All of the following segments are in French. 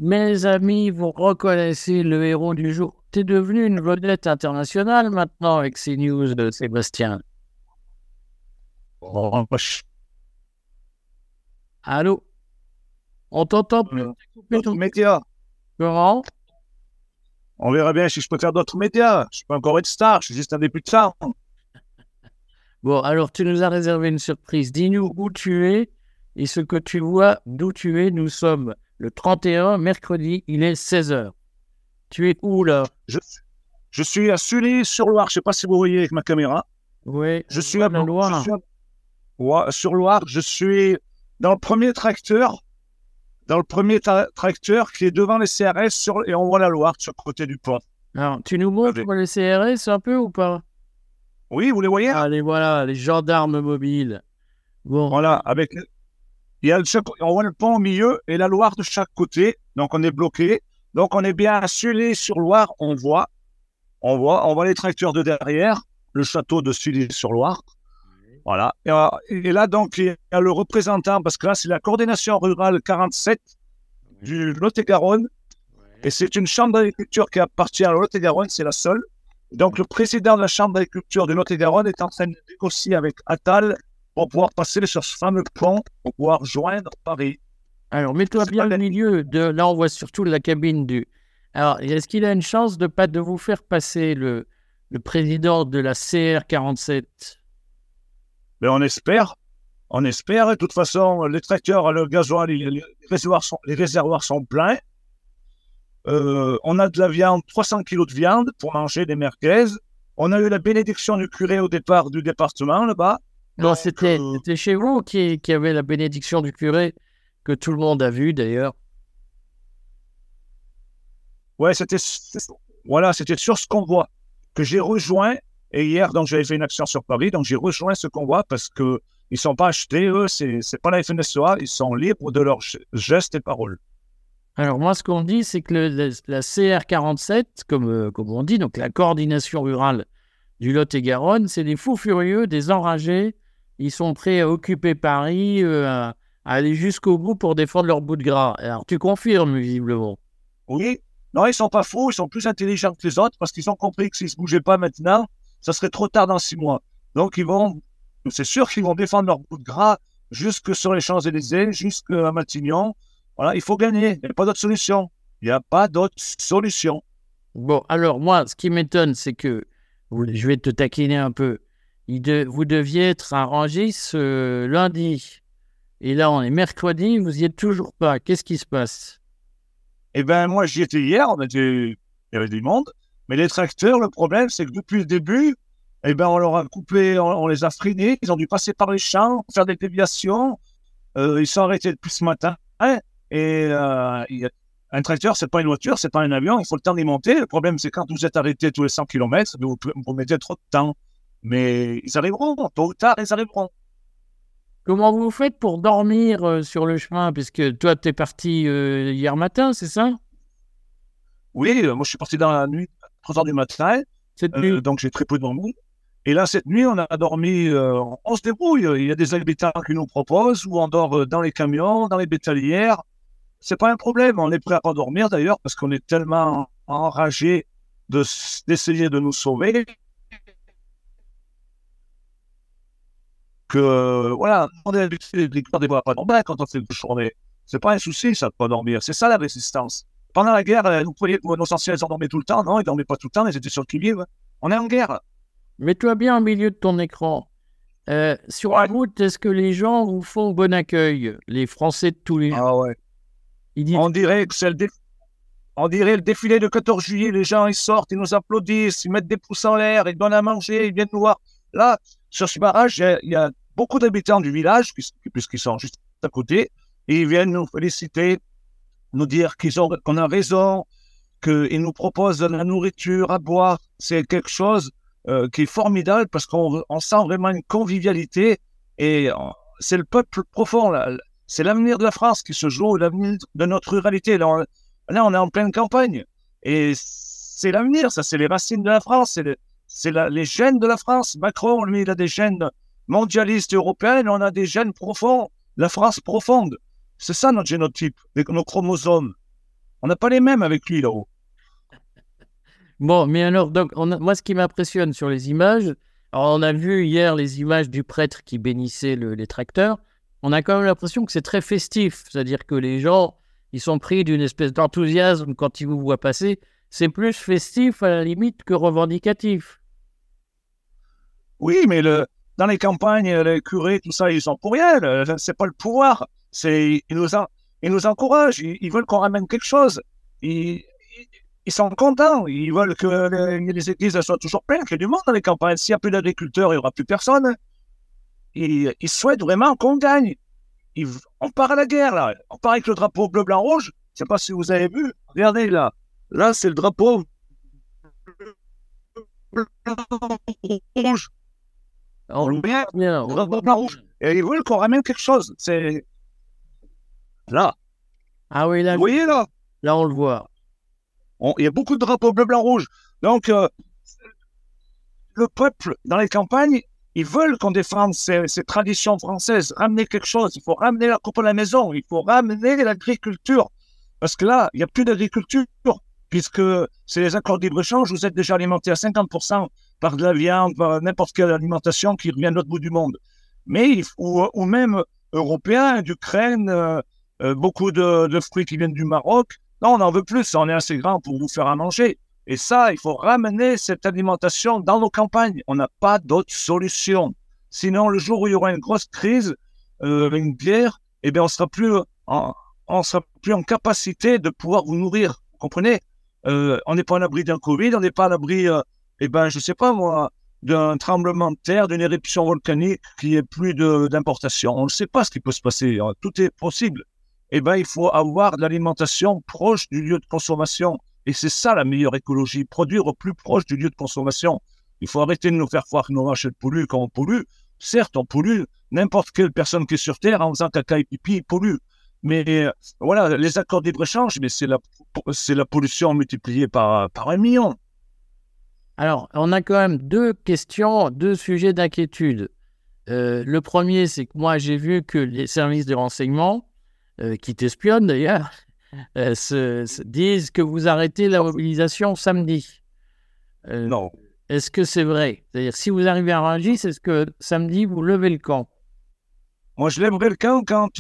Mes amis, vous reconnaissez le héros du jour. T'es devenu une vedette internationale maintenant avec ces news de Sébastien. Oh, Allô? On t'entend plus? T'as coupé d'autres ton... médias. Comment? On verra bien si je peux faire d'autres médias. Je suis pas encore une star, je suis juste un débutant. Bon, alors tu nous as réservé une surprise. Dis-nous où tu es et ce que tu vois d'où tu es. Nous sommes le 31, mercredi, il est 16h. Tu es où là? Je, je suis à Sully-sur-Loire. Je sais pas si vous voyez avec ma caméra. Oui, Je on suis voit à, la je Loire. suis sur Loire. Je suis dans le premier tracteur, tracteur qui est devant les CRS et on voit la Loire sur le côté du pont. Alors, tu nous montres Regardez. les CRS un peu ou pas? Oui, vous les voyez? Ah, les voilà, les gendarmes mobiles. Bon, Voilà, on voit le pont au milieu et la Loire de chaque côté. Donc on est bloqué. Donc on est bien à Sully-sur-Loire. On voit les tracteurs de derrière, le château de Sully-sur-Loire. Voilà. Et là, donc, il y a le représentant, parce que là, c'est la coordination rurale 47 du Lot-et-Garonne. Et c'est une chambre d'agriculture qui appartient à Lot-et-Garonne, c'est la seule. Donc, le président de la chambre d'agriculture du Lot-et-Garonne est en train de négocier avec Attal pour pouvoir passer sur ce fameux pont, pour pouvoir joindre Paris. alors mets-toi bien au milieu de... Là, on voit surtout la cabine du... Alors, est-ce qu'il a une chance de vous faire passer le président de la CR47? Mais on espère. On espère. De toute façon, les tracteurs, le gasoil, les réservoirs sont pleins. On a de la viande, 300 kilos de viande pour manger des merguez. On a eu la bénédiction du curé au départ du département là-bas. Non, c'était chez vous qui avait la bénédiction du curé, que tout le monde a vu d'ailleurs. Ouais, c'était sur ce convoi que j'ai rejoint. Et hier, donc, j'avais fait une action sur Paris. Donc, j'ai rejoint ce convoi parce qu'ils ne sont pas achetés, eux. C'est pas la FNSEA. Ils sont libres de leurs gestes et paroles. Alors moi, ce qu'on dit, c'est que la CR47, comme on dit, donc la coordination rurale du Lot-et-Garonne, c'est des fous furieux, des enragés. Ils sont prêts à occuper Paris, à aller jusqu'au bout pour défendre leur bout de gras. Alors tu confirmes, visiblement. Oui, non, ils ne sont pas fous. Ils sont plus intelligents que les autres parce qu'ils ont compris que s'ils ne se bougeaient pas maintenant, ça serait trop tard dans 6 mois. Donc, c'est sûr qu'ils vont défendre leur bout de gras jusque sur les Champs-Élysées, jusqu'à Matignon. Voilà, il faut gagner. Il n'y a pas d'autre solution. Il n'y a pas d'autre solution. Bon, alors moi, ce qui m'étonne, c'est que, je vais te taquiner un peu, vous deviez être arrangé ce lundi. Et là, on est mercredi, vous n'y êtes toujours pas. Qu'est-ce qui se passe? Eh bien, moi, j'y étais hier. Il y avait du monde. Mais les tracteurs, le problème, c'est que depuis le début, eh ben, on leur a coupé, on les a freinés. Ils ont dû passer par les champs, faire des déviations. Ils sont arrêtés depuis ce matin. Et un tracteur, c'est pas une voiture, c'est pas un avion, il faut le temps d'y monter. Le problème, c'est quand vous êtes arrêté tous les 100 km, vous mettez trop de temps. Mais ils arriveront, tôt ou tard, ils arriveront. Comment vous faites pour dormir sur le chemin? Puisque toi, tu es parti hier matin, c'est ça? Oui, moi, je suis parti dans la nuit, 3 heures du matin, Cette nuit? donc j'ai très peu dormi. Et là, cette nuit, on a dormi, on se débrouille. Il y a des habitants qui nous proposent, ou on dort dans les camions, dans les bétalières. C'est pas un problème. On est prêt à pas dormir d'ailleurs parce qu'on est tellement enragé d'essayer de nous sauver que voilà, on est habitué de pas dormir quand on fait une journée. C'est pas un souci ça de pas dormir. C'est ça la résistance. Pendant la guerre, vous croyez que nos anciens ils dormaient tout le temps? Non, ils dormaient pas tout le temps, ils étaient sur le qui-vive. On est en guerre. Mets-toi bien au milieu de ton écran. Sur la route, est-ce que les gens vous font bon accueil? Les Français de tous les jours. Ah ouais. Ils disent... On dirait que c'est on dirait le défilé de 14 juillet, les gens ils sortent, ils nous applaudissent, ils mettent des pouces en l'air, ils donnent à manger, ils viennent nous voir. Là, sur ce barrage, il y a beaucoup d'habitants du village, puisqu'ils sont juste à côté, et ils viennent nous féliciter, nous dire qu'on a raison, qu'ils nous proposent de la nourriture à boire. C'est quelque chose qui est formidable parce qu'on sent vraiment une convivialité et c'est le peuple profond. Là. C'est l'avenir de la France qui se joue, l'avenir de notre ruralité. Là, on est en pleine campagne et c'est l'avenir, ça, c'est les racines de la France, les gènes de la France. Macron, lui, il a des gènes mondialistes européens, on a des gènes profonds, la France profonde. C'est ça notre génotype, nos chromosomes. On n'a pas les mêmes avec lui là-haut. Bon, mais alors, donc, moi, ce qui m'impressionne sur les images, alors on a vu hier les images du prêtre qui bénissait les tracteurs. On a quand même l'impression que c'est très festif, c'est-à-dire que les gens, ils sont pris d'une espèce d'enthousiasme quand ils vous voient passer. C'est plus festif à la limite que revendicatif. Oui, mais dans les campagnes, les curés, tout ça, ils sont pour rien. C'est pas le pouvoir. Ils nous encouragent. Ils veulent qu'on ramène quelque chose. Ils, ils sont contents. Ils veulent que les églises soient toujours pleines, qu'il y ait du monde dans les campagnes. S'il n'y a plus d'agriculteurs, il n'y aura plus personne. Ils souhaitent vraiment qu'on gagne. On part à la guerre, là. On part avec le drapeau bleu-blanc-rouge. Je ne sais pas si vous avez vu. Regardez, là. Là, c'est le drapeau bleu-blanc-rouge. On le bien, bien. drapeau blanc-rouge. Et ils veulent qu'on ramène quelque chose. C'est là. Ah oui, là, Vous voyez, là, on le voit. il y a beaucoup de drapeaux bleu-blanc-rouge. Donc, le peuple, dans les campagnes, ils veulent qu'on défende ces traditions françaises, ramener quelque chose. Il faut ramener la coupe à la maison, il faut ramener l'agriculture. Parce que là, il n'y a plus d'agriculture, puisque c'est les accords de libre-échange, vous êtes déjà alimenté à 50% par de la viande, par n'importe quelle alimentation qui revient de l'autre bout du monde. Mais, ou même européens, d'Ukraine, beaucoup de fruits qui viennent du Maroc. Non, on n'en veut plus, on est assez grand pour vous faire à manger. Et ça, il faut ramener cette alimentation dans nos campagnes. On n'a pas d'autre solution. Sinon, le jour où il y aura une grosse crise, une guerre, eh bien, on sera plus en capacité de pouvoir vous nourrir. Vous comprenez? On n'est pas à l'abri d'un Covid, on n'est pas à l'abri, je sais pas moi, d'un tremblement de terre, d'une éruption volcanique, qu'il n'y ait plus d'importation. On ne sait pas ce qui peut se passer. Tout est possible. Eh bien, il faut avoir de l'alimentation proche du lieu de consommation. Et c'est ça la meilleure écologie, produire au plus proche du lieu de consommation. Il faut arrêter de nous faire croire que nos vaches polluent quand on pollue. Certes, on pollue. N'importe quelle personne qui est sur Terre, en faisant caca et pipi, pollue. Mais voilà, les accords de libre-échange, mais c'est la pollution multipliée par 1 million. Alors, on a quand même deux sujets d'inquiétude. Le premier, c'est que moi, j'ai vu que les services de renseignement, qui t'espionnent d'ailleurs, disent que vous arrêtez la mobilisation samedi. Non. Est-ce que c'est vrai? C'est-à-dire, si vous arrivez à Rungis, est-ce que samedi, vous levez le camp? Moi, je lèverai le camp quand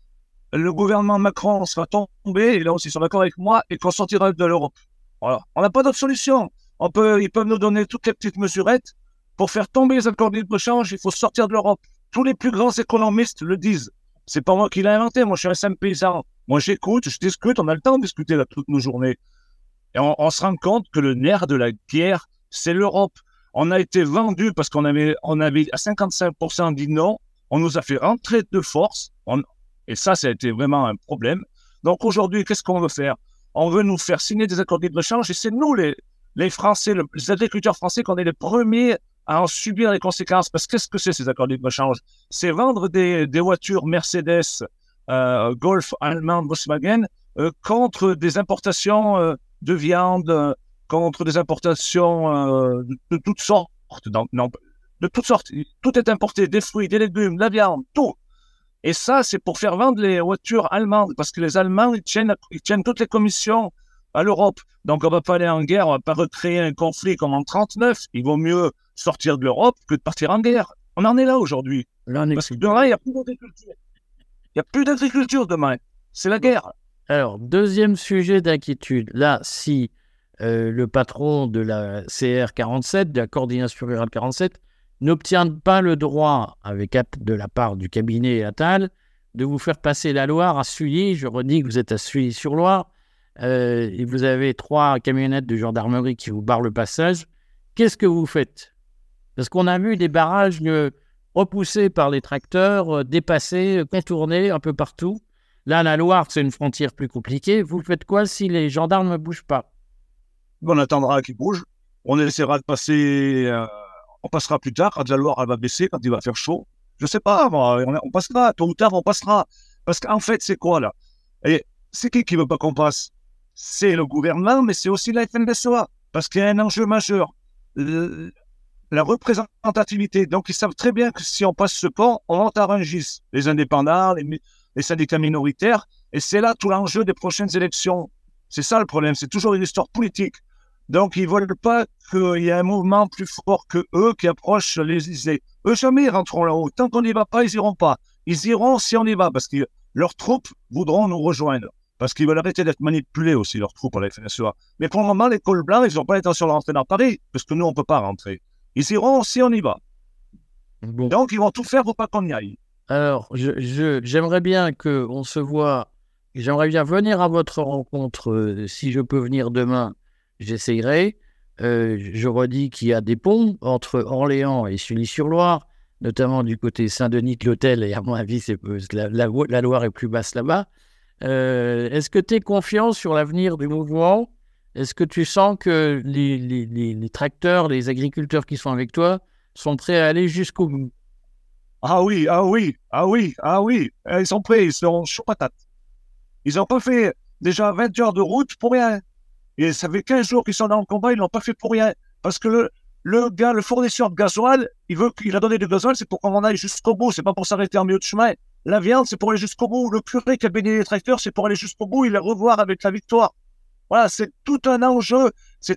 le gouvernement Macron sera tombé, et là aussi, ils sont d'accord avec moi, et qu'on sortira de l'Europe. Voilà. On n'a pas d'autre solution. Ils peuvent nous donner toutes les petites mesurettes. Pour faire tomber les accords de libre-échange, il faut sortir de l'Europe. Tous les plus grands économistes le disent. C'est pas moi qui l'ai inventé. Moi, je suis un simple paysan. Moi, j'écoute, je discute. On a le temps de discuter là toutes nos journées. Et on se rend compte que le nerf de la guerre, c'est l'Europe. On a été vendu parce qu'on avait à 55% dit non. On nous a fait rentrer de force. Et ça a été vraiment un problème. Donc aujourd'hui, qu'est-ce qu'on veut faire? On veut nous faire signer des accords de libre-échange et c'est nous, les Français, les agriculteurs français, qu'on est les premiers à en subir les conséquences. Parce que qu'est-ce que c'est ces accords de libre-échange? C'est vendre des voitures Mercedes, Golf, allemande, Volkswagen, contre des importations de viande, contre des importations de toutes sortes. De toutes sortes. Tout est importé, des fruits, des légumes, la viande, tout. Et ça, c'est pour faire vendre les voitures allemandes, parce que les Allemands, ils tiennent toutes les commissions à l'Europe. Donc, on ne va pas aller en guerre, on ne va pas recréer un conflit comme en 1939. Il vaut mieux sortir de l'Europe que de partir en guerre. On en est là aujourd'hui. Parce que demain, il n'y a plus d'agriculture. Il n'y a plus d'agriculture demain. C'est la guerre. Alors, deuxième sujet d'inquiétude. Là, si le patron de la CR 47, de la coordination rurale 47, n'obtient pas le droit, de la part du cabinet Attal, de vous faire passer la Loire à Sully. Je redis que vous êtes à Sully-sur-Loire. Et vous avez 3 camionnettes de gendarmerie qui vous barrent le passage. Qu'est-ce que vous faites? Parce qu'on a vu des barrages repoussés par les tracteurs, dépassés, contournés un peu partout. Là, la Loire, c'est une frontière plus compliquée. Vous faites quoi si les gendarmes ne bougent pas? On attendra qu'ils bougent. On essaiera de passer. On passera plus tard, quand la Loire elle va baisser, quand il va faire chaud. Je ne sais pas, on passera. Tôt ou tard, on passera. Parce qu'en fait, c'est quoi, là? Et c'est qui ne veut pas qu'on passe? C'est le gouvernement, mais c'est aussi la FNSEA. Parce qu'il y a un enjeu majeur. La représentativité. Donc, ils savent très bien que si on passe ce pont, on monte à Rungis. Les indépendants, les syndicats minoritaires. Et c'est là tout l'enjeu des prochaines élections. C'est ça le problème, c'est toujours une histoire politique. Donc, ils ne veulent pas qu'il y ait un mouvement plus fort que eux qui approche l'Élysée. Eux, jamais ils rentreront là-haut. Tant qu'on n'y va pas, ils n'iront pas. Ils iront si on y va, parce que leurs troupes voudront nous rejoindre. Parce qu'ils veulent arrêter d'être manipulés aussi, leurs troupes, à la FNSEA. Mais pour le moment, les cols blancs, ils n'ont pas l'intention de rentrer dans Paris, parce que nous, on ne peut pas rentrer. Ils iront si on y va. Bon. Donc, ils vont tout faire pour pas qu'on y aille. Alors, j'aimerais bien qu'on se voit. J'aimerais bien venir à votre rencontre. Si je peux venir demain, j'essayerai. Je redis qu'il y a des ponts entre Orléans et Sully-sur-Loire, notamment du côté Saint-Denis de l'Hôtel, et à mon avis, la Loire est plus basse là-bas. Est-ce que tu es confiant sur l'avenir du mouvement? Est-ce que tu sens que les tracteurs, les agriculteurs qui sont avec toi sont prêts à aller jusqu'au bout? Ah oui, ah oui, ah oui, ah oui. Ils sont prêts, ils seront chauds patates. Ils n'ont pas fait déjà 20 heures de route pour rien. Et ça fait 15 jours qu'ils sont dans le combat, ils ne l'ont pas fait pour rien. Parce que le gars, le fournisseur de gasoil, il a donné du gasoil, c'est pour qu'on en aille jusqu'au bout, c'est pas pour s'arrêter en milieu de chemin. La viande, c'est pour aller jusqu'au bout. Le curé qui a béni les tracteurs, c'est pour aller jusqu'au bout, il les revoir avec la victoire. Voilà, c'est tout un enjeu,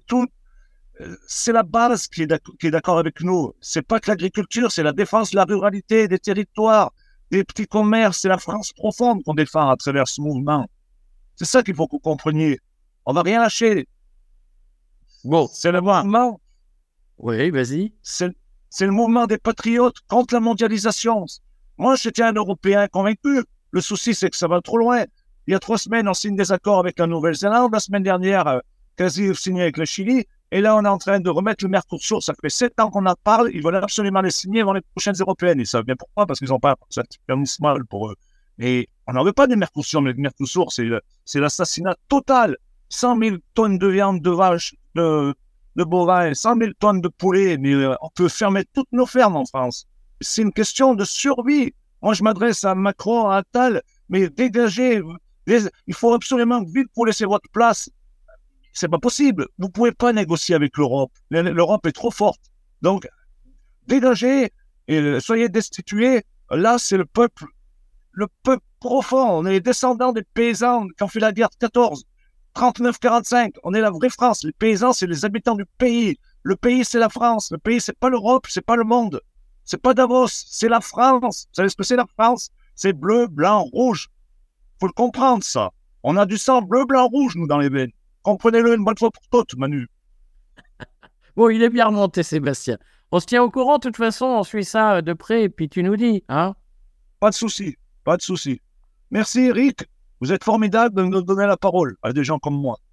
c'est la base qui est d'accord avec nous. C'est pas que l'agriculture, c'est la défense de la ruralité, des territoires, des petits commerces, c'est la France profonde qu'on défend à travers ce mouvement. C'est ça qu'il faut que vous compreniez. On va rien lâcher. Bon, c'est le mouvement. Oui, vas-y. C'est le mouvement des patriotes contre la mondialisation. Moi, j'étais un Européen convaincu. Le souci, c'est que ça va trop loin. Il y a 3 semaines, on signe des accords avec la Nouvelle-Zélande. La semaine dernière, quasi signé avec le Chili. Et là, on est en train de remettre le Mercosur. Ça fait 7 ans qu'on en parle. Ils veulent absolument les signer avant les prochaines européennes. Ils savent bien pourquoi, parce qu'ils n'ont pas ça mal pour eux. Mais on n'en veut pas des Mercosur. Mais le Mercosur, c'est l'assassinat total. 100 000 tonnes de viande de vache, de bovins, 100 000 tonnes de poulet. Mais on peut fermer toutes nos fermes en France. C'est une question de survie. Moi, je m'adresse à Macron, à Attal, mais dégagez. Il faut absolument vite pour laisser votre place. C'est pas possible. Vous pouvez pas négocier avec l'Europe. L'Europe est trop forte. Donc, dégagez et soyez destitués. Là, c'est le peuple profond. On est les descendants des paysans qui ont fait la guerre de 14, 39-45. On est la vraie France. Les paysans, c'est les habitants du pays. Le pays, c'est la France. Le pays, c'est pas l'Europe, c'est pas le monde. C'est pas Davos, c'est la France. Vous savez ce que c'est la France? C'est bleu, blanc, rouge. Faut le comprendre, ça. On a du sang bleu, blanc, rouge, nous, dans les veines. Comprenez-le une bonne fois pour toutes, Manu. Bon, il est bien remonté, Sébastien. On se tient au courant, de toute façon, on suit ça de près, et puis tu nous dis, hein? Pas de souci, pas de souci. Merci, Eric. Vous êtes formidable de nous donner la parole à des gens comme moi.